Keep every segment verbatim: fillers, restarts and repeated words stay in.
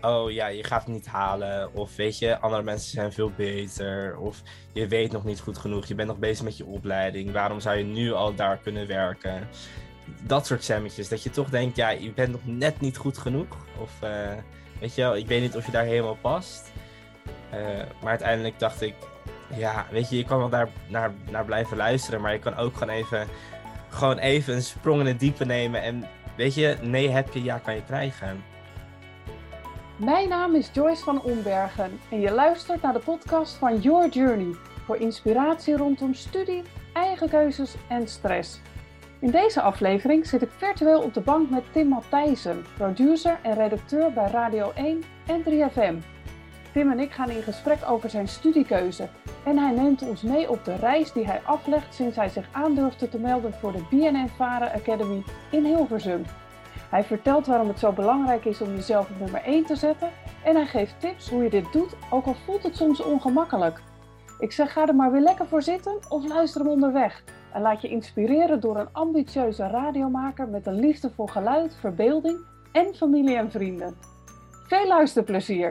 oh ja, je gaat het niet halen. Of weet je, andere mensen zijn veel beter. Of je weet nog niet goed genoeg. Je bent nog bezig met je opleiding. Waarom zou je nu al daar kunnen werken? Dat soort stemmetjes. Dat je toch denkt, ja, je bent nog net niet goed genoeg. Of uh, weet je wel, ik weet niet of je daar helemaal past. Uh, maar uiteindelijk dacht ik, ja, weet je, je kan wel daar naar, naar blijven luisteren. Maar je kan ook gewoon even, gewoon even een sprong in het diepe nemen. En weet je, nee heb je, ja kan je krijgen. Mijn naam is Joyce van Ombergen en je luistert naar de podcast van Your Journey voor inspiratie rondom studie, eigen keuzes en stress. In deze aflevering zit ik virtueel op de bank met Tim Matthijssen, producer en redacteur bij Radio één en drie F M. Tim en ik gaan in gesprek over zijn studiekeuze en hij neemt ons mee op de reis die hij aflegt sinds hij zich aandurfde te melden voor de B N N-Vara Academy in Hilversum. Hij vertelt waarom het zo belangrijk is om jezelf op nummer één te zetten en hij geeft tips hoe je dit doet, ook al voelt het soms ongemakkelijk. Ik zeg, ga er maar weer lekker voor zitten of luister hem onderweg. En laat je inspireren door een ambitieuze radiomaker met een liefde voor geluid, verbeelding en familie en vrienden. Veel luisterplezier!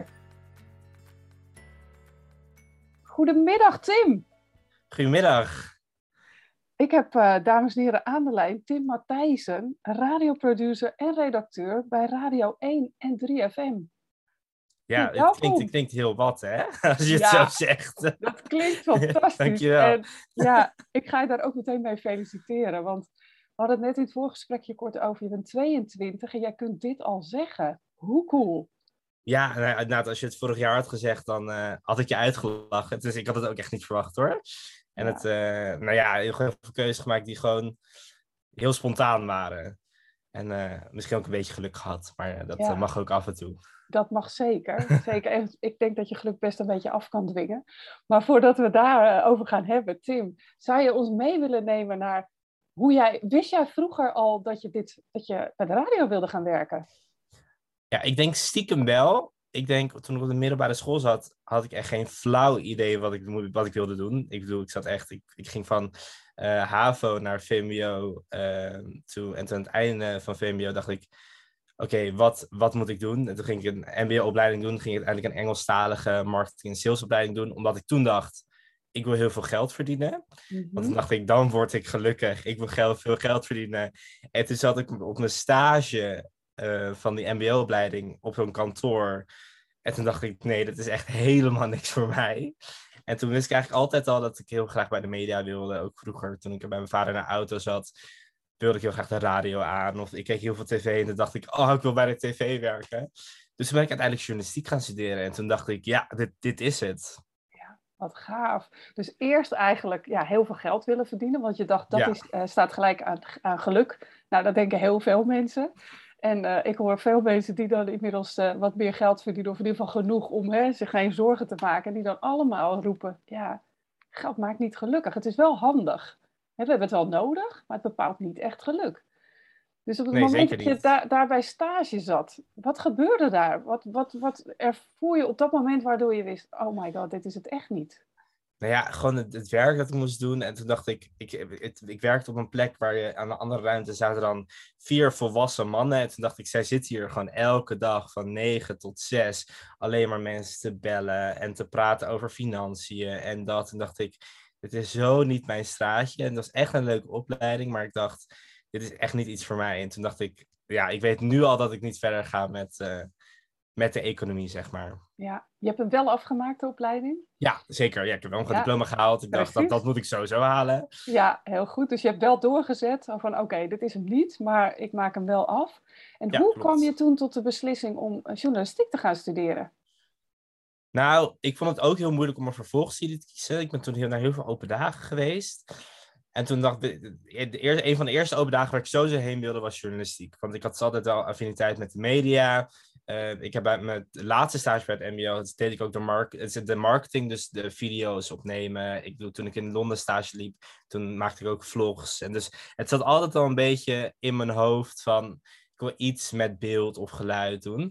Goedemiddag Tim! Goedemiddag! Ik heb, uh, dames en heren, aan de lijn Tim Matthijssen, radioproducer en redacteur bij Radio één en drie F M. Ja, het klinkt, het klinkt heel wat, hè? Als je ja, het zo zegt. Dat klinkt fantastisch. Dankjewel. En ja, ik ga je daar ook meteen mee feliciteren. Want we hadden het net in het voorgesprekje kort over. Je bent tweeëntwintig en jij kunt dit al zeggen. Hoe cool. Ja, nou, nou, als je het vorig jaar had gezegd, dan uh, had ik je uitgelachen. Dus ik had het ook echt niet verwacht, hoor. En ja. het, uh, nou ja, heel veel keuzes gemaakt die gewoon heel spontaan waren. En uh, misschien ook een beetje geluk gehad. Maar uh, dat ja. uh, mag ook af en toe. Dat mag zeker. zeker. En ik denk dat je geluk best een beetje af kan dwingen. Maar voordat we daarover uh, over gaan hebben, Tim, zou je ons mee willen nemen naar hoe jij... Wist jij vroeger al dat je, dit, dat je bij de radio wilde gaan werken? Ja, ik denk stiekem wel. Ik denk, toen ik op de middelbare school zat, had ik echt geen flauw idee wat ik, wat ik wilde doen. Ik bedoel, ik zat echt... Ik, ik ging van uh, HAVO naar V M B O. Uh, toe, en toen aan het einde van V M B O dacht ik... Oké, okay, wat, wat moet ik doen? En toen ging ik een M B O-opleiding doen. Ging ik uiteindelijk een Engelstalige marketing- en salesopleiding doen. Omdat ik toen dacht, ik wil heel veel geld verdienen. Mm-hmm. Want toen dacht ik, dan word ik gelukkig. Ik wil geld, veel geld verdienen. En toen zat ik op mijn stage uh, van die M B O-opleiding op zo'n kantoor. En toen dacht ik, nee, dat is echt helemaal niks voor mij. En toen wist ik eigenlijk altijd al dat ik heel graag bij de media wilde. Ook vroeger, toen ik bij mijn vader in de auto zat... wilde ik heel graag de radio aan. Of ik keek heel veel tv en toen dacht ik, oh, ik wil bij de tv werken. Dus toen ben ik uiteindelijk journalistiek gaan studeren. En toen dacht ik, ja, dit, dit is het. Ja, wat gaaf. Dus eerst eigenlijk ja, heel veel geld willen verdienen. Want je dacht, dat ja. is, uh, staat gelijk aan, aan geluk. Nou, dat denken heel veel mensen. En uh, ik hoor veel mensen die dan inmiddels uh, wat meer geld verdienen. Of in ieder geval genoeg om hè, zich geen zorgen te maken. En die dan allemaal roepen, ja, geld maakt niet gelukkig. Het is wel handig. We hebben het wel nodig, maar het bepaalt niet echt geluk. Dus op het nee, moment dat je niet. daar, daar bij stage zat, wat gebeurde daar? Wat, wat, wat ervoer je op dat moment waardoor je wist, oh my god, dit is het echt niet? Nou ja, gewoon het, het werk dat ik moest doen. En toen dacht ik, ik, het, ik werkte op een plek waar je aan de andere ruimte zaten dan vier volwassen mannen. En toen dacht ik, zij zitten hier gewoon elke dag van negen tot zes alleen maar mensen te bellen en te praten over financiën en dat. En dacht ik, dit is zo niet mijn straatje. En dat was echt een leuke opleiding, maar ik dacht, dit is echt niet iets voor mij. En toen dacht ik, ja, ik weet nu al dat ik niet verder ga met, uh, met de economie, zeg maar. Ja, je hebt hem wel afgemaakt, de opleiding? Ja, zeker. Ja, ik heb wel een ja, diploma gehaald. Ik precies. dacht, dat, dat moet ik sowieso halen. Ja, heel goed. Dus je hebt wel doorgezet van, oké, okay, dit is hem niet, maar ik maak hem wel af. En ja, hoe klopt. kwam je toen tot de beslissing om journalistiek te gaan studeren? Nou, ik vond het ook heel moeilijk om een vervolgstudie te kiezen. Ik ben toen heel, naar heel veel open dagen geweest. En toen dacht ik, de, de eerste, een van de eerste open dagen waar ik sowieso heen wilde was journalistiek. Want ik had altijd wel affiniteit met de media. Uh, ik heb bij mijn laatste stage bij het M B O, dat deed ik ook de, mark- de marketing, dus de video's opnemen. Ik bedoel, toen ik in Londen stage liep, toen maakte ik ook vlogs. En dus het zat altijd al een beetje in mijn hoofd van, ik wil iets met beeld of geluid doen.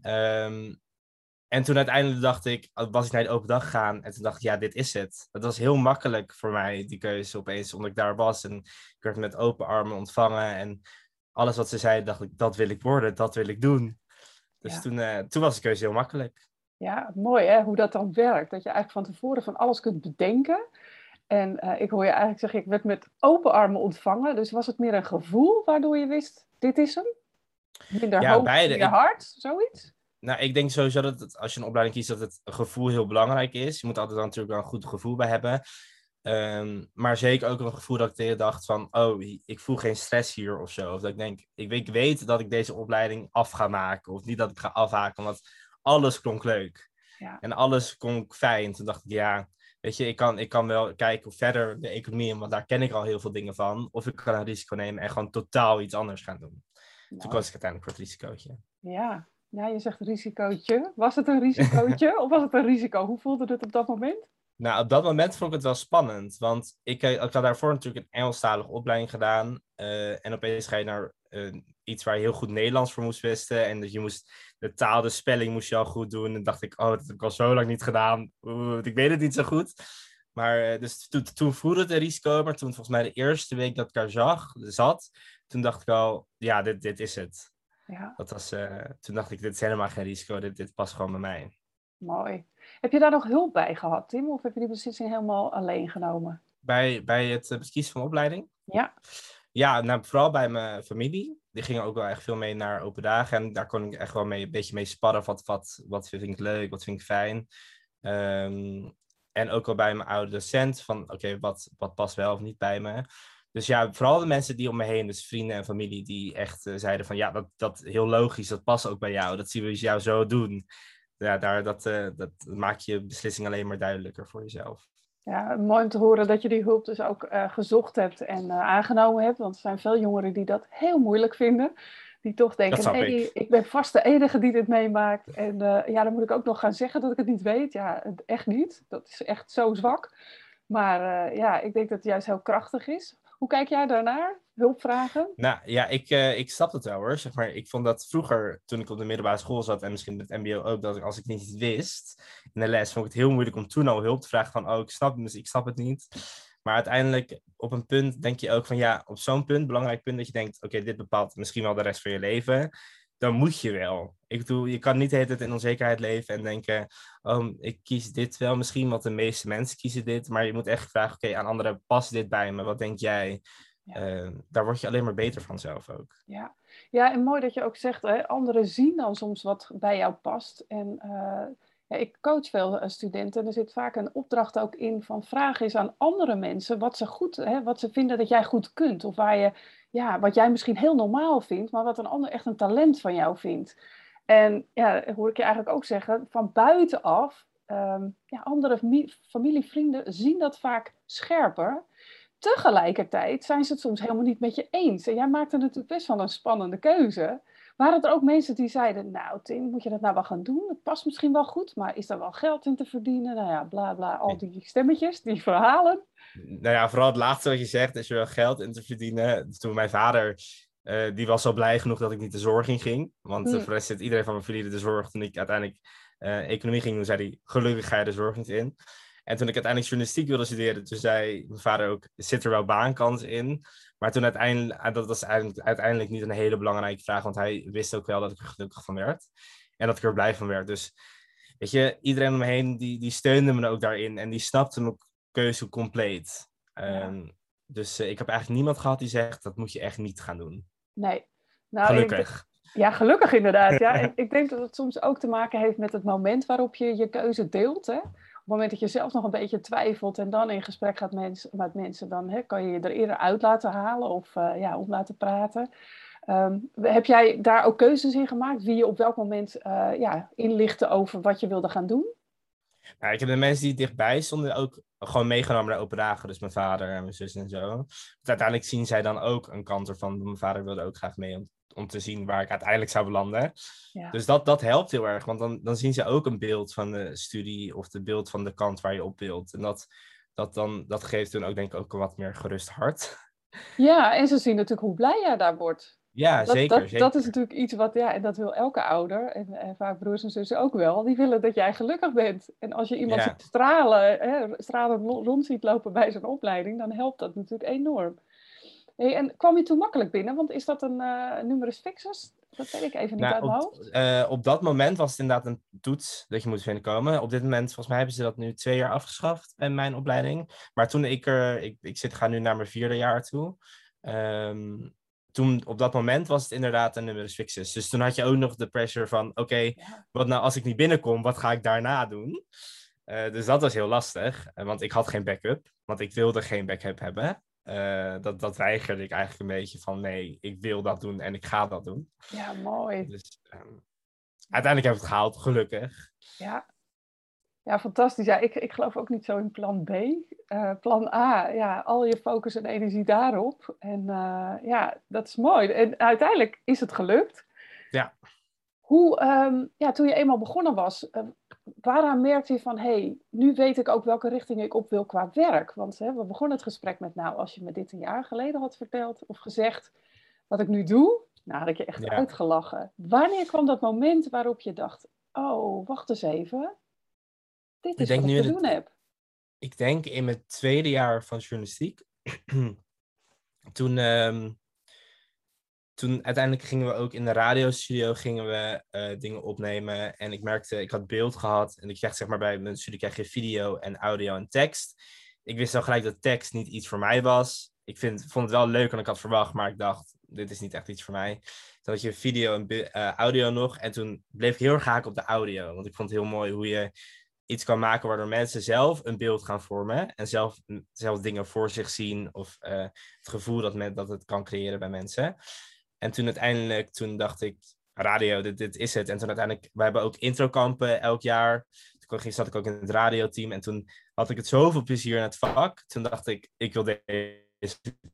Um, En toen uiteindelijk dacht ik, was ik naar de open dag gegaan en toen dacht ik, ja, dit is het. Het was heel makkelijk voor mij, die keuze opeens, omdat ik daar was. En ik werd met open armen ontvangen en alles wat ze zeiden, dacht ik, dat wil ik worden, dat wil ik doen. Dus Ja. toen, uh, toen was de keuze heel makkelijk. Ja, mooi hè, hoe dat dan werkt. Dat je eigenlijk van tevoren van alles kunt bedenken. En uh, ik hoor je eigenlijk zeggen, ik werd met open armen ontvangen. Dus was het meer een gevoel waardoor je wist, dit is hem? Minder Ja, hoofd, beide. meer Ik, hart, zoiets? nou, ik denk sowieso dat het, als je een opleiding kiest, dat het gevoel heel belangrijk is. Je moet altijd dan natuurlijk wel een goed gevoel bij hebben. Um, maar zeker ook een gevoel dat ik de hele dacht van, oh, ik voel geen stress hier of zo. Of dat ik denk, ik, ik weet dat ik deze opleiding af ga maken. Of niet dat ik ga afhaken, want alles klonk leuk. Ja. En alles klonk fijn. Toen dacht ik, ja, weet je, ik kan, ik kan wel kijken verder de economie in, want daar ken ik al heel veel dingen van. Of ik kan een risico nemen en gewoon totaal iets anders gaan doen. Nou. Toen koos ik uiteindelijk voor het risicootje. Ja. Ja, je zegt risicootje. Was het een risicootje of was het een risico? Hoe voelde het op dat moment? Nou, op dat moment vond ik het wel spannend. Want ik, ik had daarvoor natuurlijk een Engelstalige opleiding gedaan. Uh, en opeens ga je naar uh, iets waar je heel goed Nederlands voor moest wisten. En dat je moest de taal, de spelling moest je al goed doen. En dacht ik, oh, dat heb ik al zo lang niet gedaan. Oeh, ik weet het niet zo goed. Maar uh, dus to, toen voelde het een risico. Maar toen volgens mij de eerste week dat ik daar zag, zat, toen dacht ik al, ja, dit, dit is het. Ja. Dat was, uh, toen dacht ik, dit is helemaal geen risico. Dit, dit past gewoon bij mij. Mooi. Heb je daar nog hulp bij gehad, Tim? Of heb je die beslissing helemaal alleen genomen? Bij, bij het uh, kiezen van opleiding? Ja. Ja, nou, vooral bij mijn familie. Die gingen ook wel echt veel mee naar open dagen. En daar kon ik echt wel mee, een beetje mee sparren. Wat, wat, wat vind ik leuk, wat vind ik fijn. Um, en ook wel bij mijn oude docent. Van oké, okay, wat, wat past wel of niet bij me. Dus ja, vooral de mensen die om me heen, dus vrienden en familie, die echt uh, zeiden van ja, dat, dat heel logisch, dat past ook bij jou. Dat zien we jou zo doen. Ja, daar, dat, uh, dat maakt je beslissing alleen maar duidelijker voor jezelf. Ja, mooi om te horen dat je die hulp dus ook uh, gezocht hebt en uh, aangenomen hebt. Want er zijn veel jongeren die dat heel moeilijk vinden. Die toch denken, nee, ik. ik ben vast de enige die dit meemaakt. En uh, ja, dan moet ik ook nog gaan zeggen dat ik het niet weet. Ja, echt niet. Dat is echt zo zwak. Maar uh, ja, ik denk dat het juist heel krachtig is. Hoe kijk jij daarnaar? Hulpvragen? Nou ja, ik, uh, ik snap het wel hoor. Zeg maar, ik vond dat vroeger, toen ik op de middelbare school zat en misschien met het mbo ook, dat ik, als ik niet wist in de les, vond ik het heel moeilijk om toen al hulp te vragen van, oh, ik snap het, dus ik snap het niet. Maar uiteindelijk op een punt denk je ook van, ja, op zo'n punt, belangrijk punt, dat je denkt, oké, okay, dit bepaalt misschien wel de rest van je leven. Dan moet je wel. Ik bedoel, je kan niet de hele tijd in onzekerheid leven en denken, oh, ik kies dit wel misschien, want de meeste mensen kiezen dit. Maar je moet echt vragen, oké, okay, aan anderen, past dit bij me? Wat denk jij? Ja. Uh, daar word je alleen maar beter van zelf ook. Ja, ja, en mooi dat je ook zegt, hè, anderen zien dan soms wat bij jou past. En uh, ja, ik coach veel uh, studenten en er zit vaak een opdracht ook in van vraag eens aan andere mensen wat ze goed, hè, wat ze vinden dat jij goed kunt. Of waar je, ja, wat jij misschien heel normaal vindt, maar wat een ander echt een talent van jou vindt. En ja, hoor ik je eigenlijk ook zeggen, van buitenaf, um, ja, andere familie, vrienden zien dat vaak scherper. Tegelijkertijd zijn ze het soms helemaal niet met je eens. En jij maakte natuurlijk best wel een spannende keuze. Waren er ook mensen die zeiden, nou Tim, moet je dat nou wel gaan doen? Het past misschien wel goed, maar is er wel geld in te verdienen? Nou ja, bla bla, al die stemmetjes, die verhalen. Nou ja, vooral het laatste wat je zegt, is er wel geld in te verdienen. Toen mijn vader, uh, die was al blij genoeg dat ik niet de zorg in ging. Want uh, hmm. voor de rest zit iedereen van mijn familie de zorg. Toen ik uiteindelijk uh, economie ging doen, zei hij, gelukkig ga je de zorg niet in. En toen ik uiteindelijk journalistiek wilde studeren, toen zei mijn vader ook, zit er wel baankans in? Maar toen uiteindelijk, dat was uiteindelijk, uiteindelijk niet een hele belangrijke vraag, want hij wist ook wel dat ik er gelukkig van werd. En dat ik er blij van werd. Dus weet je, iedereen om me heen, die, die steunde me ook daarin. En die snapte mijn keuze compleet. Ja. Um, dus uh, ik heb eigenlijk niemand gehad die zegt, dat moet je echt niet gaan doen. Nee. Nou, gelukkig. Ik, ja, gelukkig inderdaad. Ja. ik, ik denk dat het soms ook te maken heeft met het moment waarop je je keuze deelt, hè. Op het moment dat je zelf nog een beetje twijfelt en dan in gesprek gaat mens, met mensen, dan hè, kan je je er eerder uit laten halen of uh, ja, om laten praten. Um, heb jij daar ook keuzes in gemaakt? Wie je op welk moment uh, ja, inlichtte over wat je wilde gaan doen? Nou, ik heb de mensen die dichtbij stonden ook gewoon meegenomen naar open dagen. Dus mijn vader en mijn zus en zo. Dus uiteindelijk zien zij dan ook een kant ervan. Mijn vader wilde ook graag mee om, om te zien waar ik uiteindelijk zou belanden. Ja. Dus dat, dat helpt heel erg. Want dan, dan zien ze ook een beeld van de studie of de beeld van de kant waar je op wilt. En dat, dat, dan, dat geeft toen ook denk ik ook een wat meer gerust hart. Ja, en ze zien natuurlijk hoe blij jij daar wordt. Ja, dat, zeker, dat, zeker. Dat is natuurlijk iets wat, ja, en dat wil elke ouder, en, en vaak broers en zussen ook wel, die willen dat jij gelukkig bent. En als je iemand ja. ziet stralen, hè, stralen rond ziet lopen bij zijn opleiding, dan helpt dat natuurlijk enorm. Hey, en kwam je toen makkelijk binnen? Want is dat een uh, numerus fixus Dat weet ik even niet Nou, uit mijn op, hoofd. uh, op dat moment was het inderdaad een toets dat je moet binnenkomen. Op dit moment, volgens mij hebben ze dat nu twee jaar afgeschaft bij mijn opleiding. Maar toen ik er, ik, ik zit, ga nu naar mijn vierde jaar toe. Um, toen, op dat moment was het inderdaad een numerus fixus. Dus toen had je ook nog de pressure van, oké, okay, ja. wat nou als ik niet binnenkom, wat ga ik daarna doen? Uh, dus dat was heel lastig, want ik had geen backup, want ik wilde geen backup hebben. Uh, dat, dat weigerde ik eigenlijk een beetje van, nee, ik wil dat doen en ik ga dat doen. Ja, mooi. Dus um, uiteindelijk heb ik het gehaald, gelukkig. Ja, ja fantastisch. Ja, ik, ik geloof ook niet zo in plan B. Uh, plan A, ja, al je focus en energie daarop. En uh, ja, dat is mooi. En uiteindelijk is het gelukt. Ja. Hoe, um, ja, toen je eenmaal begonnen was, uh, waaraan merkte je van, hé, hey, nu weet ik ook welke richting ik op wil qua werk? Want hè, we begonnen het gesprek met, nou, als je me dit een jaar geleden had verteld of gezegd wat ik nu doe, nou, had ik je echt ja. uitgelachen. Wanneer kwam dat moment waarop je dacht, oh, wacht eens even, dit is ik wat ik te doen het, heb? Ik denk in mijn tweede jaar van journalistiek, toen... Um... Toen uiteindelijk gingen we ook in de radiostudio gingen we uh, dingen opnemen. En ik merkte, ik had beeld gehad. En ik kreeg zeg maar bij mijn studie krijg je video en audio en tekst. Ik wist al gelijk dat tekst niet iets voor mij was. Ik vind, vond het wel leuk en ik had verwacht, maar ik dacht, dit is niet echt iets voor mij. Toen had je video en uh, audio nog. En toen bleef ik heel erg haken op de audio. Want ik vond het heel mooi hoe je iets kan maken waardoor mensen zelf een beeld gaan vormen. En zelf, zelf dingen voor zich zien. Of uh, het gevoel dat, men, dat het kan creëren bij mensen. En toen uiteindelijk, toen dacht ik, radio, dit, dit is het. En toen uiteindelijk, we hebben ook introkampen elk jaar. Toen zat ik ook in het radioteam. En toen had ik het zoveel plezier in het vak. Toen dacht ik, ik wil deze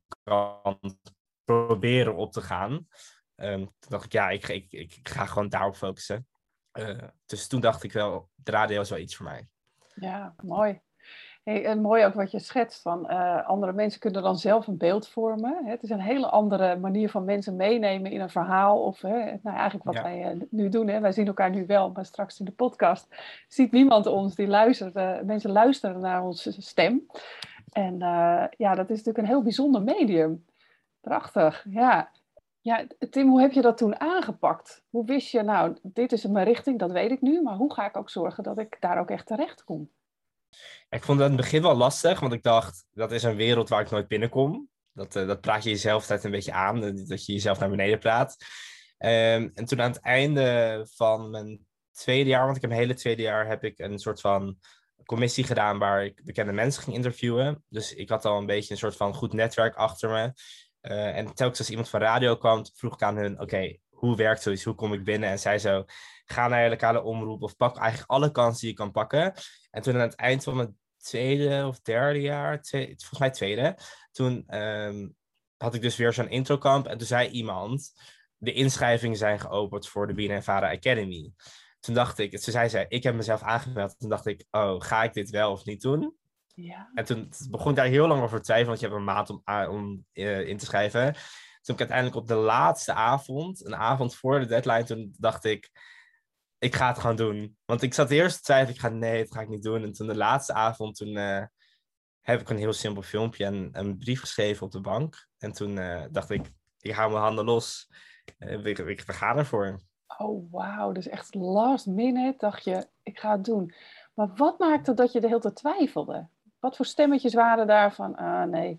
kant proberen op te gaan. Um, toen dacht ik, ja, ik, ik, ik, ik ga gewoon daarop focussen. Uh, dus toen dacht ik wel, de radio is wel iets voor mij. Ja, mooi. Hey, en mooi ook wat je schetst van uh, andere mensen kunnen dan zelf een beeld vormen. Hè? Het is een hele andere manier van mensen meenemen in een verhaal. Of hè, nou, eigenlijk wat ja. wij uh, nu doen. Hè? Wij zien elkaar nu wel, maar straks in de podcast ziet niemand ons die luistert. Uh, mensen luisteren naar onze stem. En uh, ja, dat is natuurlijk een heel bijzonder medium. Prachtig, ja. Ja, Tim, hoe heb je dat toen aangepakt? Hoe wist je, nou, dit is mijn richting, dat weet ik nu. Maar hoe ga ik ook zorgen dat ik daar ook echt terecht kom? Ik vond het in het begin wel lastig, want ik dacht, dat is een wereld waar ik nooit binnenkom. Dat, uh, dat praat je jezelf altijd een beetje aan, dat je jezelf naar beneden praat. Um, en toen aan het einde van mijn tweede jaar, want ik heb mijn hele tweede jaar, heb ik een soort van commissie gedaan waar ik bekende mensen ging interviewen. Dus ik had al een beetje een soort van goed netwerk achter me. Uh, en telkens als iemand van radio kwam, vroeg ik aan hun, oké, okay, hoe werkt zoiets? Hoe kom ik binnen? En zij zo, ga naar je lokale omroep of pak eigenlijk alle kansen die je kan pakken. En toen aan het eind van mijn tweede of derde jaar, tweede, volgens mij tweede, toen um, had ik dus weer zo'n introkamp. En toen zei iemand, de inschrijvingen zijn geopend voor de B N N Vara Academy. Toen dacht ik, ze zei ze, ik heb mezelf aangemeld. Toen dacht ik, oh, ga ik dit wel of niet doen? Ja. En toen begon ik daar heel lang over te twijfelen, want je hebt een maand om, om uh, in te schrijven. Toen ik uiteindelijk op de laatste avond, een avond voor de deadline, toen dacht ik, ik ga het gewoon doen. Want ik zat eerst te twijfelen, ik ga nee, dat ga ik niet doen. En toen de laatste avond, toen uh, heb ik een heel simpel filmpje en een brief geschreven op de bank. En toen uh, dacht ik, ik hou mijn handen los. Uh, we, we, we gaan ervoor. Oh, wauw. Dus echt last minute dacht je, ik ga het doen. Maar wat maakte dat je de hele tijd twijfelde? Wat voor stemmetjes waren daar van, ah nee.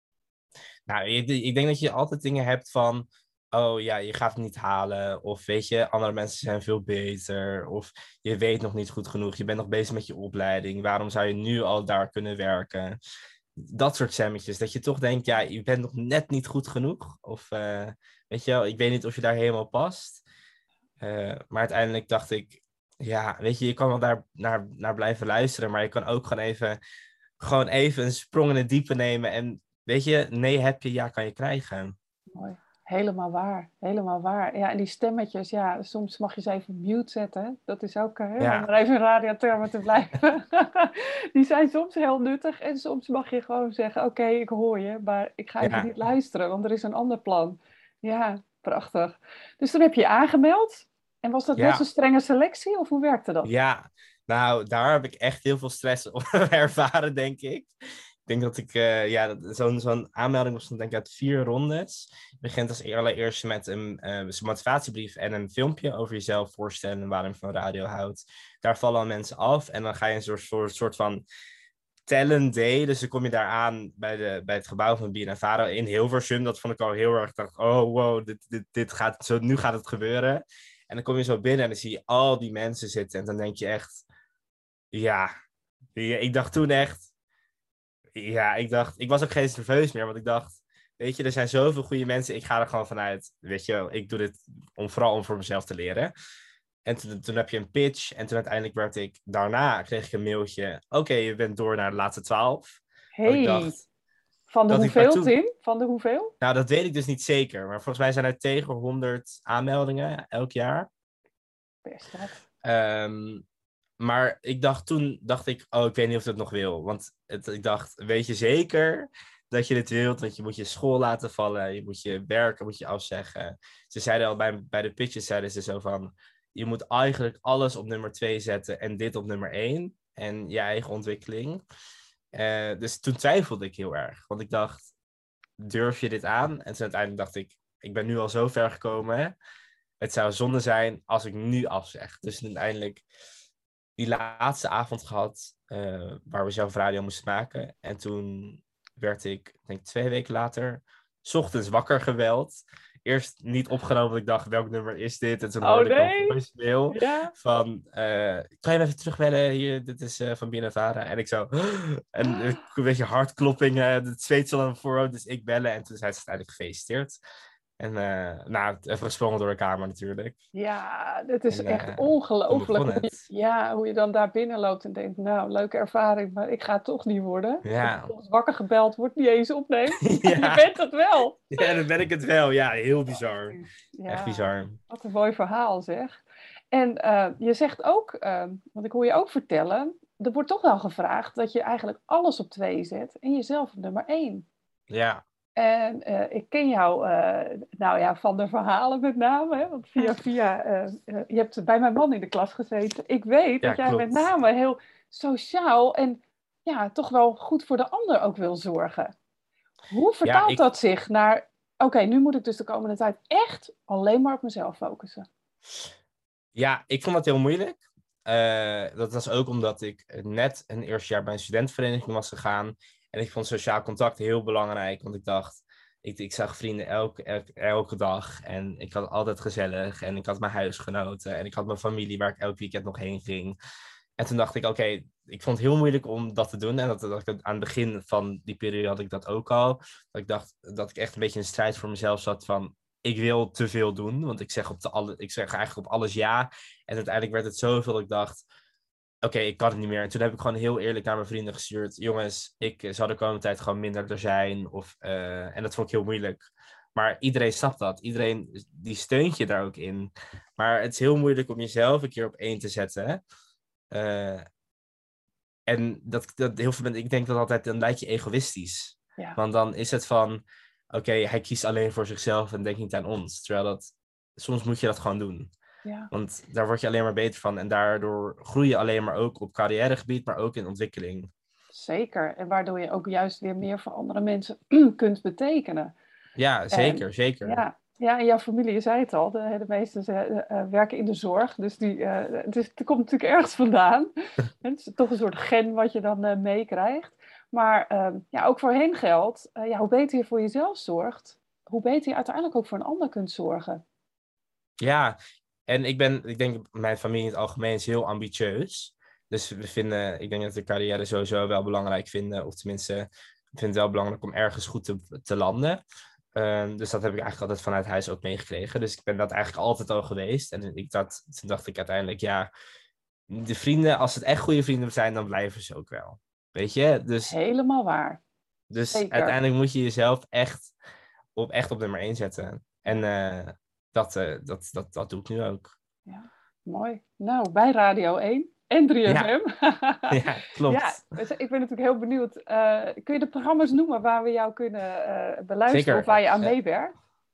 Nou, ik, ik denk dat je altijd dingen hebt van, oh ja, je gaat het niet halen. Of weet je, andere mensen zijn veel beter. Of je weet nog niet goed genoeg. Je bent nog bezig met je opleiding. Waarom zou je nu al daar kunnen werken? Dat soort stemmetjes. Dat je toch denkt, ja, je bent nog net niet goed genoeg. Of uh, weet je wel, ik weet niet of je daar helemaal past. Uh, maar uiteindelijk dacht ik, ja, weet je, je kan wel daar naar, naar blijven luisteren. Maar je kan ook gewoon even, gewoon even een sprong in het diepe nemen. En weet je, nee heb je, ja kan je krijgen. Mooi. Helemaal waar, helemaal waar. Ja, en die stemmetjes, ja, soms mag je ze even mute zetten. Dat is ook, hè, ja. om er even in radiotermen te blijven. Die zijn soms heel nuttig en soms mag je gewoon zeggen, oké, okay, ik hoor je, maar ik ga even ja. niet luisteren, want er is een ander plan. Ja, prachtig. Dus toen heb je je aangemeld. En was dat ja. net zo'n strenge selectie, of hoe werkte dat? Ja, nou, daar heb ik echt heel veel stress op ervaren, denk ik. Ik denk dat ik, uh, ja, dat- zo'n, zo'n aanmelding bestond denk ik uit vier rondes. Je begint als allereerst met een uh, motivatiebrief en een filmpje over jezelf voorstellen en waarom je van radio houdt. Daar vallen al mensen af en dan ga je een soort, soort, soort van talent day. Dus dan kom je daar aan bij, de, bij het gebouw van B N N Vara in Hilversum. Dat vond ik al heel erg, ik dacht, oh wow, dit, dit, dit gaat zo, nu gaat het gebeuren. En dan kom je zo binnen en dan zie je al die mensen zitten en dan denk je echt, ja, ik dacht toen echt, ja, ik dacht, ik was ook geen eens nerveus meer, want ik dacht, weet je, er zijn zoveel goede mensen, ik ga er gewoon vanuit, weet je, ik doe dit om, vooral om voor mezelf te leren. En toen, toen heb je een pitch en toen uiteindelijk werd ik, daarna kreeg ik een mailtje, oké, okay, je bent door naar de laatste twaalf. Hey, ik dacht, van de hoeveel, toen, Tim? Van de hoeveel? Nou, dat weet ik dus niet zeker, maar volgens mij zijn er tegen honderd aanmeldingen elk jaar. Best wat. Um, Maar ik dacht toen, dacht ik, oh, ik weet niet of ik het nog wil. Want het, ik dacht, weet je zeker dat je dit wilt? Want je moet je school laten vallen, je moet je werken, moet je afzeggen. Ze zeiden al bij, bij de pitches, zeiden ze zo van, je moet eigenlijk alles op nummer twee zetten en dit op nummer één. En je eigen ontwikkeling. Uh, dus toen twijfelde ik heel erg. Want ik dacht, durf je dit aan? En toen uiteindelijk dacht ik, ik ben nu al zo ver gekomen. Hè? Het zou zonde zijn als ik nu afzeg. Dus uiteindelijk die laatste avond gehad uh, waar we zelf radio moesten maken. En toen werd ik, denk ik twee weken later, 's ochtends wakker geweld. Eerst niet opgenomen, want ik dacht, welk nummer is dit? En toen hoorde oh, nee. ik een voicemail ja. van, uh, kan je me even terugbellen? Hier, dit is uh, van B N N Vara. En ik zo, en een beetje hartkloppingen, het zweet zo aan mijn voorhoofd, dus ik bellen. En toen zei ze uiteindelijk gefeliciteerd. En uh, nou, even gesprongen door de kamer natuurlijk. Ja, dit is en, echt uh, ongelooflijk. Hoe je, ja, hoe je dan daar binnen loopt en denkt, nou, leuke ervaring, maar ik ga het toch niet worden. Ja. Als wakker gebeld, wordt niet eens opneemt. ja. Je bent het wel. Ja, dan ben ik het wel. Ja, heel bizar. Ja, echt bizar. Wat een mooi verhaal zeg. En uh, je zegt ook, uh, want ik hoor je ook vertellen, er wordt toch wel gevraagd dat je eigenlijk alles op twee zet en jezelf op nummer één. Ja. En uh, ik ken jou, uh, nou ja, van de verhalen met name, hè, want via via, uh, uh, je hebt bij mijn man in de klas gezeten. Ik weet ja, dat jij klopt. Met name heel sociaal en ja, toch wel goed voor de ander ook wil zorgen. Hoe vertaalt ja, ik... dat zich naar, oké, okay, nu moet ik dus de komende tijd echt alleen maar op mezelf focussen? Ja, ik vond dat heel moeilijk. Uh, dat was ook omdat ik net een eerste jaar bij een studentenvereniging was gegaan. En ik vond sociaal contact heel belangrijk, want ik dacht, ik, ik zag vrienden elke, elke, elke dag en ik had altijd gezellig en ik had mijn huisgenoten en ik had mijn familie waar ik elk weekend nog heen ging. En toen dacht ik, oké, okay, ik vond het heel moeilijk om dat te doen en dat, dat ik aan het begin van die periode had ik dat ook al. Dat ik dacht dat ik echt een beetje in strijd voor mezelf zat van, ik wil te veel doen, want ik zeg, op de alle, ik zeg eigenlijk op alles ja. En uiteindelijk werd het zoveel dat ik dacht, oké, okay, ik kan het niet meer. En toen heb ik gewoon heel eerlijk naar mijn vrienden gestuurd. Jongens, ik zal de komende tijd gewoon minder er zijn. Of, uh, en dat vond ik heel moeilijk. Maar iedereen snapt dat. Iedereen die steunt je daar ook in. Maar het is heel moeilijk om jezelf een keer op één te zetten. Uh, en dat, dat heel veel mensen, ik denk dat altijd, dan lijkt je egoïstisch. Ja. Want dan is het van, oké, okay, hij kiest alleen voor zichzelf en denkt niet aan ons. Terwijl dat, soms moet je dat gewoon doen. Ja. Want daar word je alleen maar beter van. En daardoor groei je alleen maar ook op carrièregebied, maar ook in ontwikkeling. Zeker. En waardoor je ook juist weer meer voor andere mensen kunt betekenen. Ja, zeker. En, zeker. Ja, ja, en jouw familie, je zei het al, de, de meesten uh, uh, werken in de zorg. Dus die, uh, het, is, het komt natuurlijk ergens vandaan. Het is toch een soort gen wat je dan uh, meekrijgt. Maar uh, ja, ook voor hen geldt, uh, ja, hoe beter je voor jezelf zorgt, hoe beter je uiteindelijk ook voor een ander kunt zorgen. Ja, en ik ben, ik denk, mijn familie in het algemeen is heel ambitieus. Dus we vinden, ik denk dat de carrière sowieso wel belangrijk vinden. Of tenminste, ik vind het wel belangrijk om ergens goed te, te landen. Um, dus dat heb ik eigenlijk altijd vanuit huis ook meegekregen. Dus ik ben dat eigenlijk altijd al geweest. En ik dacht, toen dacht ik uiteindelijk, ja, de vrienden, als het echt goede vrienden zijn, dan blijven ze ook wel. Weet je? Dus, helemaal waar. Dus Zeker. Uiteindelijk moet je jezelf echt op, echt op nummer één zetten. En uh, dat, uh, dat, dat, dat doe ik nu ook. Ja, mooi. Nou, bij Radio één en drie F M. Ja, ja klopt. Ja, ik ben natuurlijk heel benieuwd. Uh, kun je de programma's noemen waar we jou kunnen uh, beluisteren Zeker. Of waar je aan meewerkt?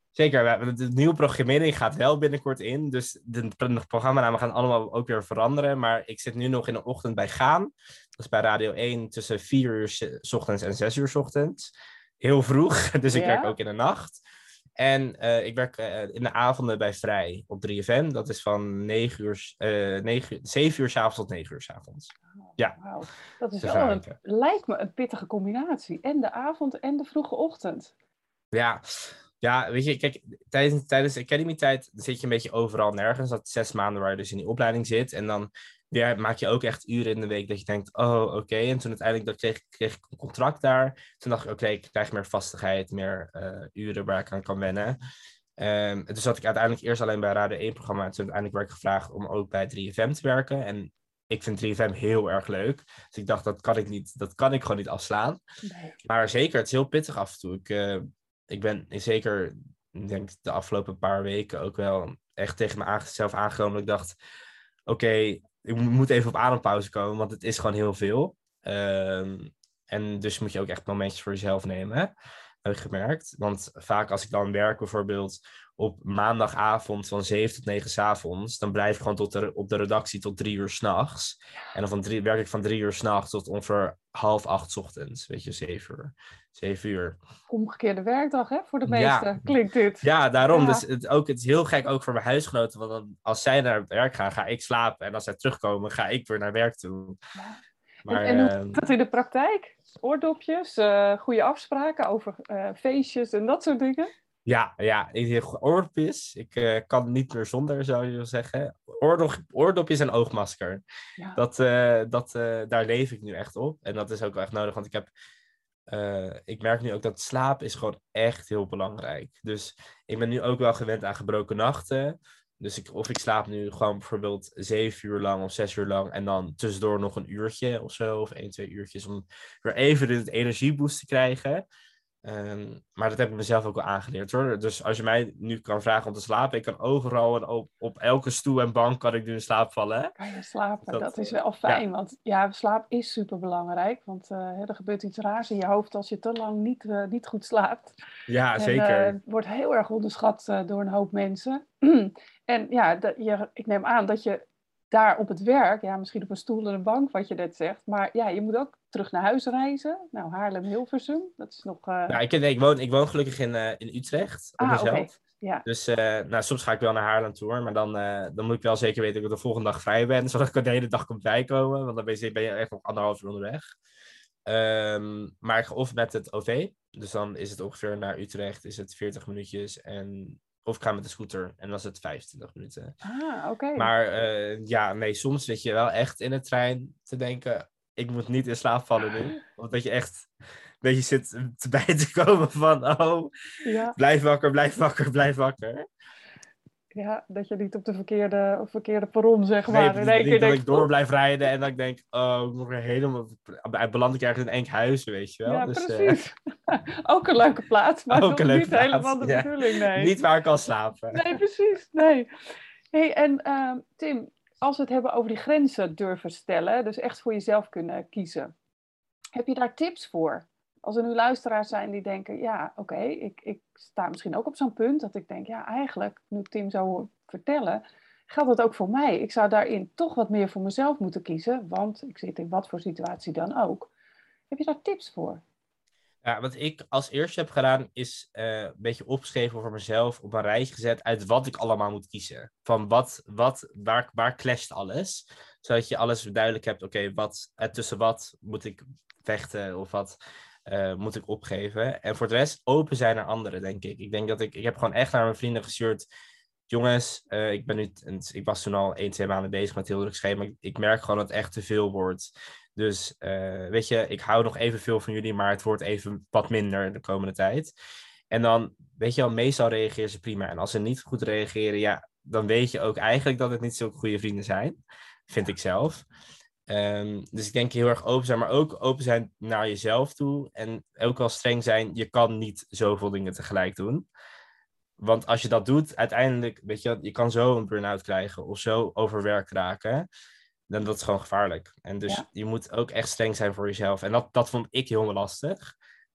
Zeker, we hebben- de nieuwe programmering gaat wel binnenkort in. Dus de, de programma's gaan allemaal ook weer veranderen. Maar ik zit nu nog in de ochtend bij Gaan. Dat is bij Radio één tussen vier uur 's s ochtends en zes uur 's ochtends. Heel vroeg, dus ik Ja? werk ook in de nacht. En eh, ik werk eh, in de avonden bij Vrij op drie F M. Dat is van negen uur, s- eh, negen uur, zeven uur 's avonds tot negen uur 's avonds. Ja, Wauw. Dat is dus wel daar een, werken. lijkt me een pittige combinatie. En de avond en de vroege ochtend. Ja, ja, weet je, kijk, tijdens, tijdens de academy-tijd zit je een beetje overal nergens. Dat zes maanden waar je dus in die opleiding zit. En dan weer maak je ook echt uren in de week dat je denkt, oh, oké. En toen uiteindelijk dat kreeg, kreeg ik een contract daar. Toen dacht ik, oké, ik krijg meer vastigheid, meer eh, uren waar ik aan kan wennen. Ehm, en toen zat ik uiteindelijk eerst alleen bij Radio één-programma. En toen uiteindelijk werd ik gevraagd om ook bij drie F M te werken. En ik vind drie F M heel erg leuk. Dus ik dacht, dat kan ik niet, dat kan ik gewoon niet afslaan. Nee. Maar zeker, het is heel pittig af en toe. Ik, eh, ik ben zeker, ik denk de afgelopen paar weken ook wel echt tegen mezelf aangenomen. Dat ik dacht, oké, ik moet even op adempauze komen, want het is gewoon heel veel. Ehm, en dus moet je ook echt momentjes voor jezelf nemen, hè? Heb ik gemerkt. Want vaak als ik dan werk bijvoorbeeld op maandagavond van zeven tot negen 's avonds, dan blijf ik gewoon tot de, op de redactie tot drie uur 's nachts. En dan van drie, werk ik van drie uur 's nachts tot ongeveer half acht 's ochtends. Weet je, zeven uur. Zeven uur. Omgekeerde werkdag, hè? Voor de Ja. meesten klinkt dit. Ja, daarom. Ja. Dus het, ook, het is heel gek ook voor mijn huisgenoten. Want dan, als zij naar werk gaan, ga ik slapen. En als zij terugkomen, ga ik weer naar werk toe. Ja. Maar, en, en hoe ehm, gaat dat in de praktijk? Oordopjes, eh, goede afspraken over eh, feestjes en dat soort dingen? ja, ja, ik- oordopjes. Ik eh, kan niet meer zonder, zou je zeggen. Oordop, oordopjes en oogmasker. Ja. Dat, eh, dat, eh, daar leef ik nu echt op. En dat is ook wel echt nodig, want ik heb... eh, ik merk nu ook dat slaap is gewoon echt heel belangrijk. Dus ik ben nu ook wel gewend aan gebroken nachten. Dus ik, of ik slaap nu gewoon bijvoorbeeld zeven uur lang of zes uur lang. En dan tussendoor nog een uurtje of zo. Of één, twee uurtjes. Om weer even de energieboost te krijgen. Ehm, maar dat heb ik mezelf ook wel aangeleerd hoor. Dus als je mij nu kan vragen om te slapen. Ik kan overal en op, op elke stoel en bank kan ik nu in slaap vallen. Hè? Kan je slapen? Dat, Dat, is eh, wel fijn, want ja, slaap is super belangrijk. Want eh, er gebeurt iets raars in je hoofd als je te lang niet, eh, niet goed slaapt. Ja, en, zeker. eh, wordt heel erg onderschat uh, door een hoop mensen. en ja, dat je, ik neem aan dat je daar op het werk, ja, misschien op een stoel en een bank, wat je net zegt. Maar ja, je moet ook terug naar huis reizen. Nou, Haarlem-Hilversum, dat is nog... Uh... Nou, ik, nee, ik, woon, ik woon gelukkig in, uh, in Utrecht, op ah, mezelf. Okay. Ja. Dus uh, nou, soms ga ik wel naar Haarlem toe, maar dan, uh, dan moet ik wel zeker weten dat ik de volgende dag vrij ben, zodat ik er de hele dag kan bijkomen, want dan ben je, ben je echt nog anderhalf uur onderweg. Um, maar ik ga of met het O V, dus dan is het ongeveer naar Utrecht, is het veertig minuutjes, en, of ik ga met de scooter, en dan is het vijfentwintig minuten. Ah, oké. Okay. Maar uh, ja, nee, soms zit je wel echt in de trein te denken, ik moet niet in slaap vallen nu, want dat je echt... Dat je zit bij te komen van, oh, ja. blijf wakker, blijf wakker, blijf wakker. Ja, dat je niet op de verkeerde, verkeerde perron, zeg maar. Nee, in één keer dat denk, ik door blijf rijden en dat ik denk, oh, ik moet weer helemaal... Beland ik ergens in Enkhuizen, weet je wel. Ja, dus, precies. Uh... ook een leuke plaats, maar ook een leuke niet plaats. helemaal de ja. bedoeling, nee. Niet waar ik kan slapen. Nee, precies, nee. Hey, en uh, Tim, als we het hebben over die grenzen durven stellen, dus echt voor jezelf kunnen kiezen. Heb je daar tips voor? Als er nu luisteraars zijn die denken, ja, oké, okay, ik, ik sta misschien ook op zo'n punt dat ik denk, ja, eigenlijk, nu Tim zo hoort vertellen, geldt dat ook voor mij. Ik zou daarin toch wat meer voor mezelf moeten kiezen, want ik zit in wat voor situatie dan ook. Heb je daar tips voor? Ja, wat ik als eerste heb gedaan, is uh, een beetje opgeschreven voor mezelf, op een rijtje gezet uit wat ik allemaal moet kiezen. Van wat, wat, waar, waar clasht alles? Zodat je alles duidelijk hebt, oké, okay, wat, uh, tussen wat moet ik vechten of wat... Uh, moet ik opgeven. En voor de rest open zijn naar anderen, denk ik. Ik denk dat ik... Ik heb gewoon echt naar mijn vrienden gestuurd. Jongens, uh, ik ben nu... Ik was toen al één, twee maanden bezig met heel druk schema. Ik, ik merk gewoon dat het echt te veel wordt. Dus uh, weet je, ik hou nog evenveel van jullie, maar het wordt even wat minder de komende tijd. En dan, weet je wel, meestal reageren ze prima. En als ze niet goed reageren, ja, dan weet je ook eigenlijk dat het niet zulke goede vrienden zijn. Vind ik zelf. Um, dus ik denk heel erg open zijn, maar ook open zijn naar jezelf toe. En ook wel streng zijn, je kan niet zoveel dingen tegelijk doen. Want als je dat doet, uiteindelijk, weet je, je kan zo een burn-out krijgen of zo overwerkt raken. Dan dat is gewoon gevaarlijk. En dus ja. je moet ook echt streng zijn voor jezelf. En dat, dat vond ik heel lastig.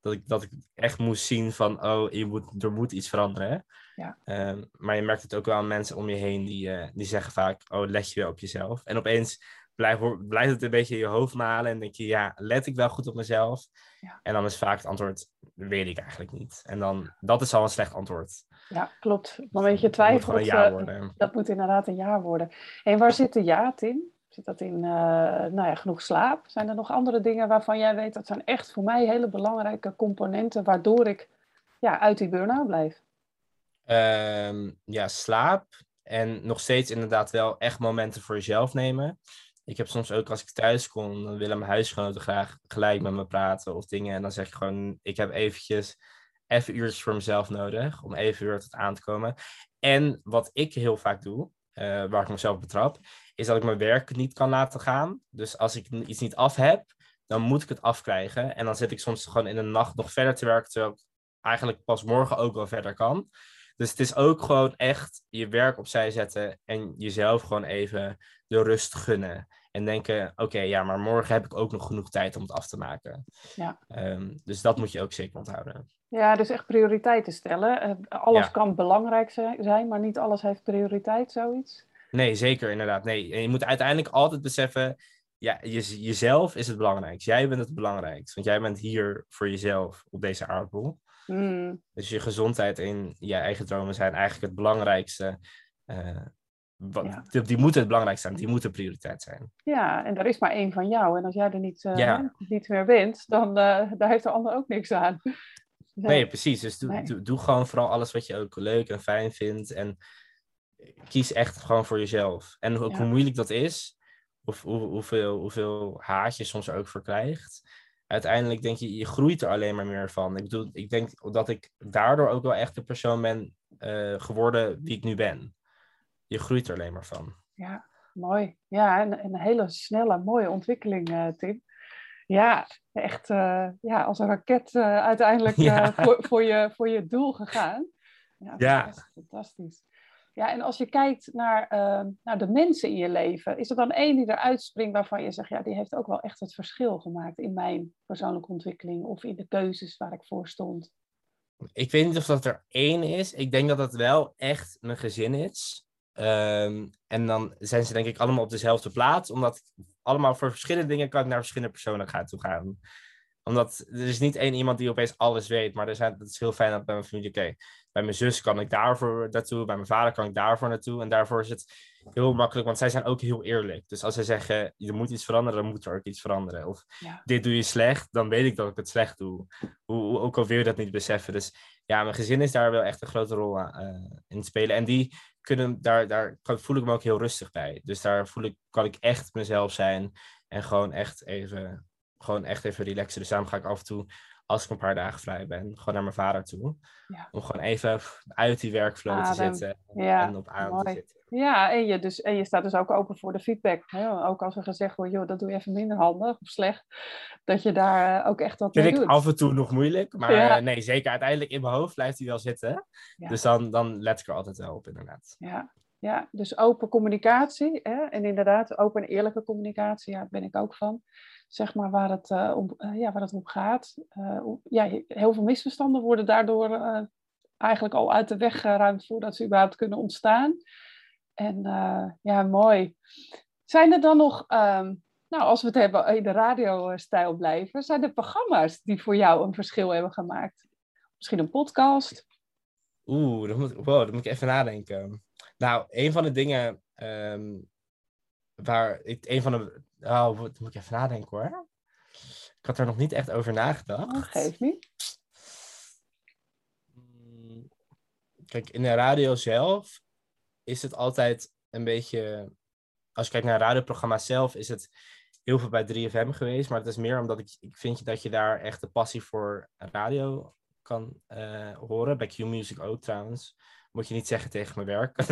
dat ik, dat ik echt moest zien van, oh, je moet, er moet iets veranderen. Ja. Um, maar je merkt het ook wel aan mensen om je heen die, uh, die zeggen vaak, oh, let je wel op jezelf. En opeens blijft, blijft het een beetje in je hoofd malen en denk je, ja, let ik wel goed op mezelf? Ja. En dan is vaak het antwoord, weet ik eigenlijk niet. En dan, dat is al een slecht antwoord. Ja, klopt. Op het moment je twijfelt, dat moet gewoon een ja worden. Dat moet inderdaad een ja worden. En waar zit de ja, Tim? Zit dat in uh, nou ja, genoeg slaap? Zijn er nog andere dingen waarvan jij weet, dat zijn echt voor mij hele belangrijke componenten, waardoor ik ja, uit die burn-out blijf? Um, ja, slaap. En nog steeds inderdaad wel echt momenten voor jezelf nemen. Ik heb soms ook als ik thuis kom, dan willen mijn huisgenoten graag gelijk met me praten of dingen. En dan zeg ik gewoon, ik heb eventjes even uurtjes voor mezelf nodig om even weer tot aan te komen. En wat ik heel vaak doe, uh, waar ik mezelf betrap, is dat ik mijn werk niet kan laten gaan. Dus als ik iets niet af heb, dan moet ik het afkrijgen. En dan zit ik soms gewoon in de nacht nog verder te werken, terwijl ik eigenlijk pas morgen ook wel verder kan. Dus het is ook gewoon echt je werk opzij zetten en jezelf gewoon even de rust gunnen. En denken, oké, okay, ja, maar morgen heb ik ook nog genoeg tijd om het af te maken. Ja. Um, dus dat moet je ook zeker onthouden. Ja, dus echt prioriteiten stellen. Uh, alles ja. kan belangrijk zijn, maar niet alles heeft prioriteit, zoiets. Nee, zeker, inderdaad. Nee, en je moet uiteindelijk altijd beseffen, ja, je, jezelf is het belangrijkste. Jij bent het belangrijkste, want jij bent hier voor jezelf op deze aardbol. Mm. Dus je gezondheid en je eigen dromen zijn eigenlijk het belangrijkste. Uh, wat, ja. die, die moeten het belangrijkste zijn, die moeten prioriteit zijn. Ja, en er is maar één van jou. En als jij er niet, uh, ja. niet meer bent, dan uh, daar heeft de ander ook niks aan. Nee, nee precies. Dus doe, nee. doe, doe gewoon vooral alles wat je ook leuk en fijn vindt. En kies echt gewoon voor jezelf. En ook ja. hoe moeilijk dat is, of hoe, hoeveel, hoeveel haat je soms er ook voor krijgt. Uiteindelijk denk je, je groeit er alleen maar meer van. Ik bedoel, ik denk dat ik daardoor ook wel echt de persoon ben uh, geworden wie ik nu ben. Je groeit er alleen maar van. Ja, mooi. Ja, en een hele snelle, mooie ontwikkeling, uh, Tim. Ja, echt uh, ja, als een raket uh, uiteindelijk uh, ja. voor, voor, je, voor je doel gegaan. Ja, ja. Echt fantastisch. Ja, en als je kijkt naar, uh, naar de mensen in je leven, is er dan één die eruit springt waarvan je zegt, ja, die heeft ook wel echt het verschil gemaakt in mijn persoonlijke ontwikkeling of in de keuzes waar ik voor stond? Ik weet niet of dat er één is. Ik denk dat het wel echt mijn gezin is. Um, en dan zijn ze denk ik allemaal op dezelfde plaats, omdat allemaal voor verschillende dingen kan ik naar verschillende personen gaan toe gaan. Omdat er is niet één iemand die opeens alles weet, maar er zijn, het is heel fijn dat bij mijn familie, oké, okay, bij mijn zus kan ik daarvoor naartoe, bij mijn vader kan ik daarvoor naartoe. En daarvoor is het heel makkelijk, want zij zijn ook heel eerlijk. Dus als zij zeggen, er moet iets veranderen, dan moet er ook iets veranderen. Of ja. dit doe je slecht, dan weet ik dat ik het slecht doe. Hoe, hoe, ook al wil je dat niet beseffen. Dus ja, mijn gezin is daar wel echt een grote rol aan, uh, in spelen. En die kunnen, daar, daar voel ik me ook heel rustig bij. Dus daar voel ik, kan ik echt mezelf zijn en gewoon echt even... Gewoon echt even relaxen. Dus daarom ga ik af en toe, als ik een paar dagen vrij ben, gewoon naar mijn vader toe. Ja. Om gewoon even uit die workflow Adem. te zitten. Ja, en op aan mooi. te zitten. Ja, en je, dus, en je staat dus ook open voor de feedback. Hè? Ook als er gezegd wordt, joh, dat doe je even minder handig of slecht. Dat je daar ook echt wat mee doet. Vind ik af en toe nog moeilijk. Maar ja. nee, zeker uiteindelijk in mijn hoofd blijft hij wel zitten. Ja. Dus dan, dan let ik er altijd wel op, inderdaad. Ja. Ja, dus open communicatie. Hè? En inderdaad, open en eerlijke communicatie, ja, daar ben ik ook van. Zeg maar waar het, uh, om, uh, ja, waar het om gaat. Uh, ja, heel veel misverstanden worden daardoor uh, eigenlijk al uit de weg geruimd voordat ze überhaupt kunnen ontstaan. En uh, ja, mooi. Zijn er dan nog, um, nou als we het hebben in de radiostijl blijven, zijn er programma's die voor jou een verschil hebben gemaakt? Misschien een podcast? Oeh, dat moet, wow, dat moet ik even nadenken. Nou, een van de dingen um, waar ik, een van de, oh, dat moet ik even nadenken hoor. Ik had er nog niet echt over nagedacht. Oh, geeft niet. Kijk, in de radio zelf is het altijd een beetje, als je kijkt naar het radioprogramma zelf, is het heel veel bij drie F M geweest. Maar het is meer omdat ik, ik vind dat je daar echt de passie voor radio kan uh, horen. Bij Q-Music ook trouwens. Moet je niet zeggen tegen mijn werk.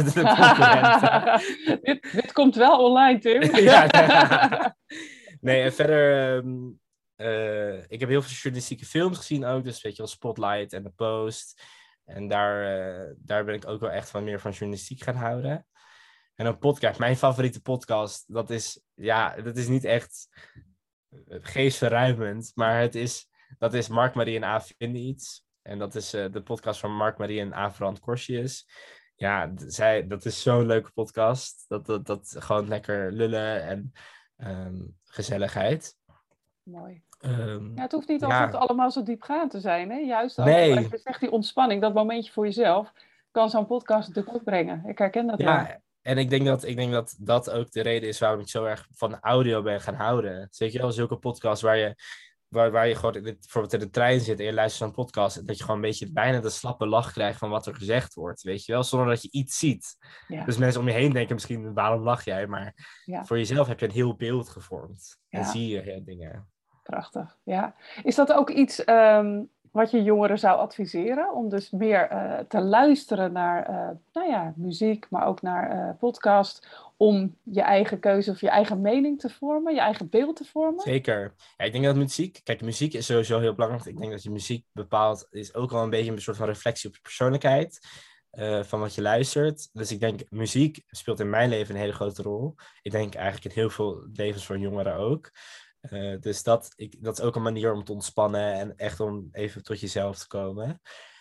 dit, dit komt wel online, Tim. ja, nee. nee, en verder... Um, uh, ik heb heel veel journalistieke films gezien ook. Dus weet je wel, Spotlight en The Post. En daar, uh, daar ben ik ook wel echt van meer van journalistiek gaan houden. En een podcast. Mijn favoriete podcast. Dat is, ja, dat is niet echt geestverruimend. Maar het is Dat is Mark, Marie en Aaf vinden iets. En dat is uh, de podcast van Mark, Marie en Aafrand Korsjes. Ja, d- zij, dat is zo'n leuke podcast. Dat, dat, dat gewoon lekker lullen en um, gezelligheid. Mooi. Um, Ja, het hoeft niet altijd ja, allemaal zo diepgaand te zijn. Hè? Juist ook, wat nee. je zegt, die ontspanning, dat momentje voor jezelf, kan zo'n podcast natuurlijk ook brengen. Ik herken dat wel. Ja, en ik denk dat, ik denk dat dat ook de reden is waarom ik zo erg van audio ben gaan houden. Weet je wel, zulke podcasts waar je, waar, waar je gewoon in de, bijvoorbeeld in de trein zit en je luistert naar een podcast, dat je gewoon een beetje bijna de slappe lach krijgt van wat er gezegd wordt, weet je wel, zonder dat je iets ziet. Ja. Dus mensen om je heen denken misschien, waarom lach jij? Maar Ja. voor jezelf heb je een heel beeld gevormd. En Ja. zie je ja, dingen. Prachtig, ja. Is dat ook iets um, wat je jongeren zou adviseren? Om dus meer uh, te luisteren naar uh, nou ja, muziek, maar ook naar uh, podcast, om je eigen keuze of je eigen mening te vormen, je eigen beeld te vormen? Zeker. Ja, ik denk dat muziek, kijk, muziek is sowieso heel belangrijk. Ik denk dat je muziek bepaalt, is ook wel een beetje een soort van reflectie op je persoonlijkheid. Uh, van wat je luistert. Dus ik denk, muziek speelt in mijn leven een hele grote rol. Ik denk eigenlijk in heel veel levens van jongeren ook. Uh, dus dat, ik, dat is ook een manier om te ontspannen en echt om even tot jezelf te komen.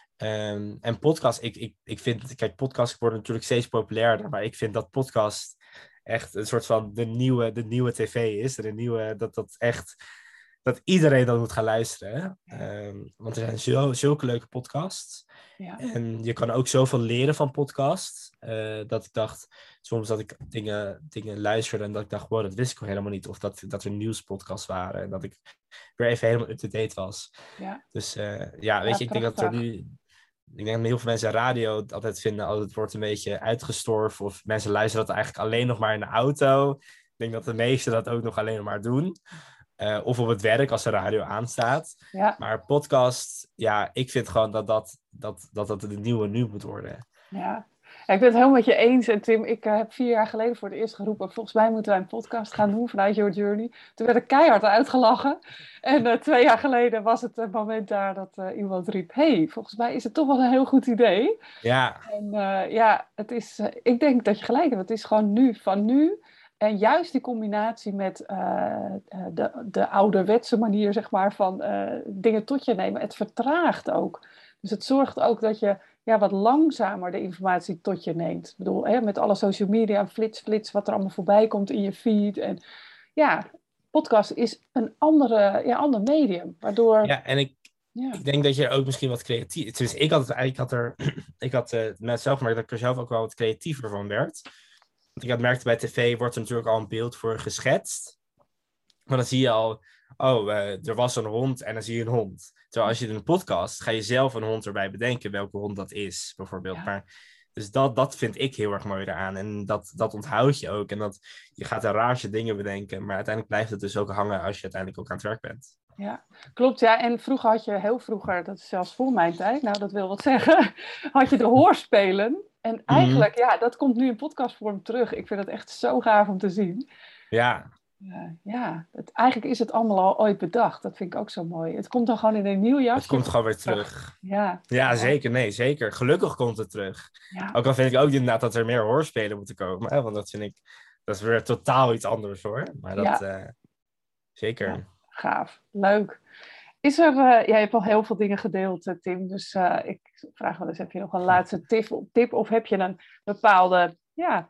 Um, en podcast, ik, ik, ik vind, kijk, podcasts worden natuurlijk steeds populairder, maar ik vind dat podcast echt een soort van de nieuwe, de nieuwe tv is. De nieuwe, dat dat echt, dat iedereen dan moet gaan luisteren. Um, want er zijn zo, zulke leuke podcasts. Ja. En je kan ook zoveel leren van podcasts. Uh, dat ik dacht, soms dat ik dingen, dingen luisterde en dat ik dacht, wow, dat wist ik helemaal niet. Of dat, dat er nieuwspodcasts waren. En dat ik weer even helemaal up-to-date was. Ja. Dus uh, ja, weet ja, je, ik denk dat er nu... Ik denk dat heel veel mensen radio altijd vinden, oh, het wordt een beetje uitgestorven. Of mensen luisteren dat eigenlijk alleen nog maar in de auto. Ik denk dat de meesten dat ook nog alleen nog maar doen. Uh, of op het werk als de radio aanstaat. Ja. Maar podcast, ja, ik vind gewoon dat dat, dat, dat, dat de nieuwe nu moet worden. Ja. Ja, ik ben het helemaal met je eens. En Tim, ik uh, heb vier jaar geleden voor het eerst geroepen, volgens mij moeten wij een podcast gaan doen vanuit Your Journey. Toen werd ik keihard uitgelachen. En uh, twee jaar geleden was het het moment daar dat uh, iemand riep, hey, volgens mij is het toch wel een heel goed idee. Ja. En uh, ja, het is, uh, ik denk dat je gelijk hebt. Het is gewoon nu, van nu. En juist die combinatie met uh, de, de ouderwetse manier, zeg maar, van uh, dingen tot je nemen. Het vertraagt ook. Dus het zorgt ook dat je ja, wat langzamer de informatie tot je neemt. Ik bedoel, hè, met alle social media en flits, flits, wat er allemaal voorbij komt in je feed. En ja, podcast is een andere, ja, ander medium. Waardoor... Ja, en ik, ja. ik denk dat je er ook misschien wat creatief... Dus ik had, het, ik had er... ik had uh, met zelf gemerkt dat ik er zelf ook wel wat creatiever van werd. Want ik had merkte bij tv wordt er natuurlijk al een beeld voor geschetst. Maar dan zie je al... Oh, uh, er was een hond en dan zie je een hond. Terwijl als je in een podcast, ga je zelf een hond erbij bedenken welke hond dat is, bijvoorbeeld. Ja. Maar, dus dat, dat vind ik heel erg mooi eraan. En dat, dat onthoud je ook. En dat, je gaat de raarste dingen bedenken. Maar uiteindelijk blijft het dus ook hangen als je uiteindelijk ook aan het werk bent. Ja, klopt. Ja, en vroeger had je, heel vroeger, dat is zelfs voor mijn tijd, nou dat wil wat zeggen, had je de hoorspelen. En eigenlijk, mm-hmm. ja, dat komt nu in podcastvorm terug. Ik vind het echt zo gaaf om te zien. Ja. Uh, ja, het, eigenlijk is het allemaal al ooit bedacht. Dat vind ik ook zo mooi. Het komt dan gewoon in een nieuw jasje. Het komt gewoon weer terug. Ja, ja zeker. Nee, zeker. Gelukkig komt het terug. Ja. Ook al vind ik ook inderdaad dat er meer hoorspelen moeten komen. Hè? Want dat vind ik, dat is weer totaal iets anders hoor. Maar dat, ja. uh, zeker. Ja, gaaf. Leuk. Is er, uh, jij hebt al heel veel dingen gedeeld, Tim. Dus uh, ik vraag wel eens, heb je nog een laatste tip, tip of heb je een bepaalde ja,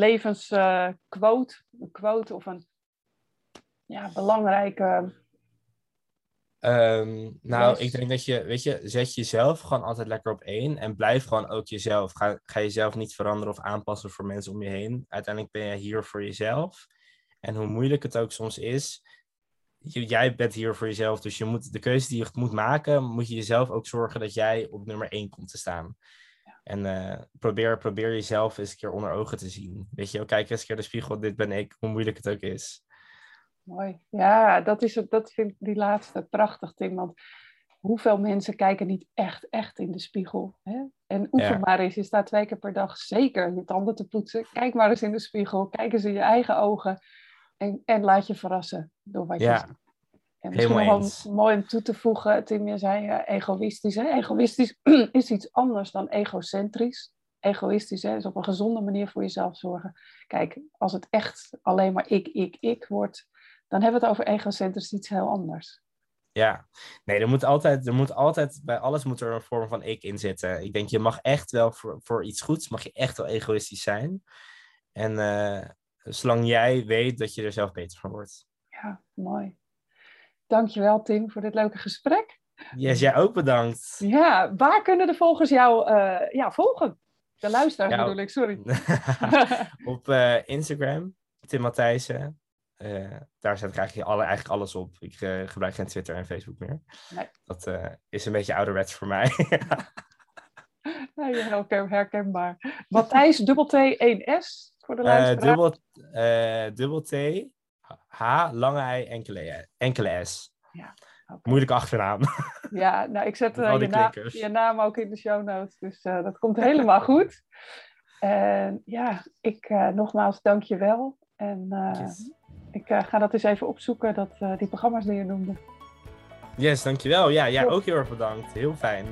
levensquote, uh, een quote of een ja, belangrijke... Um, nou, yes. Ik denk dat je, weet je, zet jezelf gewoon altijd lekker op één en blijf gewoon ook jezelf. Ga, ga jezelf niet veranderen of aanpassen voor mensen om je heen. Uiteindelijk ben je hier voor jezelf. En hoe moeilijk het ook soms is, je, jij bent hier voor jezelf. Dus je moet, de keuze die je moet maken, moet je jezelf ook zorgen dat jij op nummer één komt te staan. Ja. En uh, probeer, probeer jezelf eens een keer onder ogen te zien. Weet je, kijk eens een keer de spiegel, dit ben ik, hoe moeilijk het ook is. Mooi. Ja, dat, is het, dat vind ik die laatste prachtig, Tim. Want hoeveel mensen kijken niet echt, echt in de spiegel? Hè? En oefen ja. maar eens. Je staat twee keer per dag zeker je tanden te poetsen. Kijk maar eens in de spiegel. Kijk eens in je eigen ogen. En, en laat je verrassen door wat ja. je ziet. En misschien nog wel mooi om toe te voegen, Tim, je zei uh, egoïstisch. Hè? Egoïstisch is iets anders dan egocentrisch. Egoïstisch hè? Is op een gezonde manier voor jezelf zorgen. Kijk, als het echt alleen maar ik, ik, ik wordt... dan hebben we het over egocentrisch iets heel anders. Ja, nee, er moet altijd, er moet altijd, bij alles moet er een vorm van ik in zitten. Ik denk, je mag echt wel voor, voor iets goeds, mag je echt wel egoïstisch zijn. En uh, zolang jij weet dat je er zelf beter van wordt. Ja, mooi. Dankjewel Tim voor dit leuke gesprek. Yes, jij ook bedankt. Ja, waar kunnen de volgers jou uh, ja, volgen? De luisteraars ja, bedoel ik, sorry. Op uh, Instagram, Tim Matthijssen. Uh, daar zet ik eigenlijk, alle, eigenlijk alles op. Ik uh, gebruik geen Twitter en Facebook meer. Nee. Dat uh, is een beetje ouderwets voor mij. Nee, heel herkenbaar. Matthijs, dubbel T, één S voor de luisteraar. Uh, dubbel, uh, dubbel T, H, lange I, enkele, enkele S. Ja, okay. Moeilijke achternaam. Ja, nou ik zet uh, je, na- je naam ook in de show notes. Dus uh, dat komt helemaal goed. En ja, ik uh, nogmaals dank je wel. En uh, yes. ik uh, ga dat eens even opzoeken, dat, uh, die programma's die je noemde. Yes, dankjewel. Ja, jij ook heel erg bedankt. Heel fijn.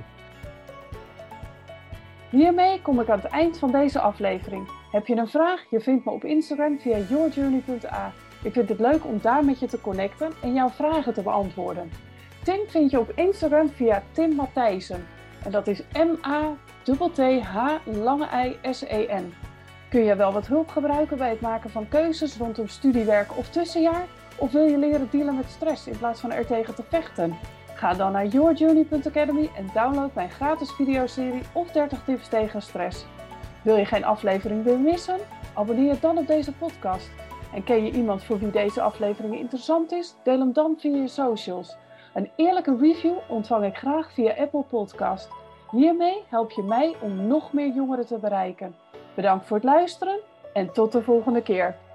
Hiermee kom ik aan het eind van deze aflevering. Heb je een vraag? Je vindt me op Instagram via yourjourney punt a. Ik vind het leuk om daar met je te connecten en jouw vragen te beantwoorden. Tim vind je op Instagram via Tim Matthijssen. En dat is M A T T H lange I S E N. Kun je wel wat hulp gebruiken bij het maken van keuzes rondom studiewerk of tussenjaar? Of wil je leren dealen met stress in plaats van er tegen te vechten? Ga dan naar yourjourney punt academy en download mijn gratis videoserie of dertig tips tegen stress. Wil je geen aflevering meer missen? Abonneer dan op deze podcast. En ken je iemand voor wie deze aflevering interessant is? Deel hem dan via je socials. Een eerlijke review ontvang ik graag via Apple Podcast. Hiermee help je mij om nog meer jongeren te bereiken. Bedankt voor het luisteren en tot de volgende keer.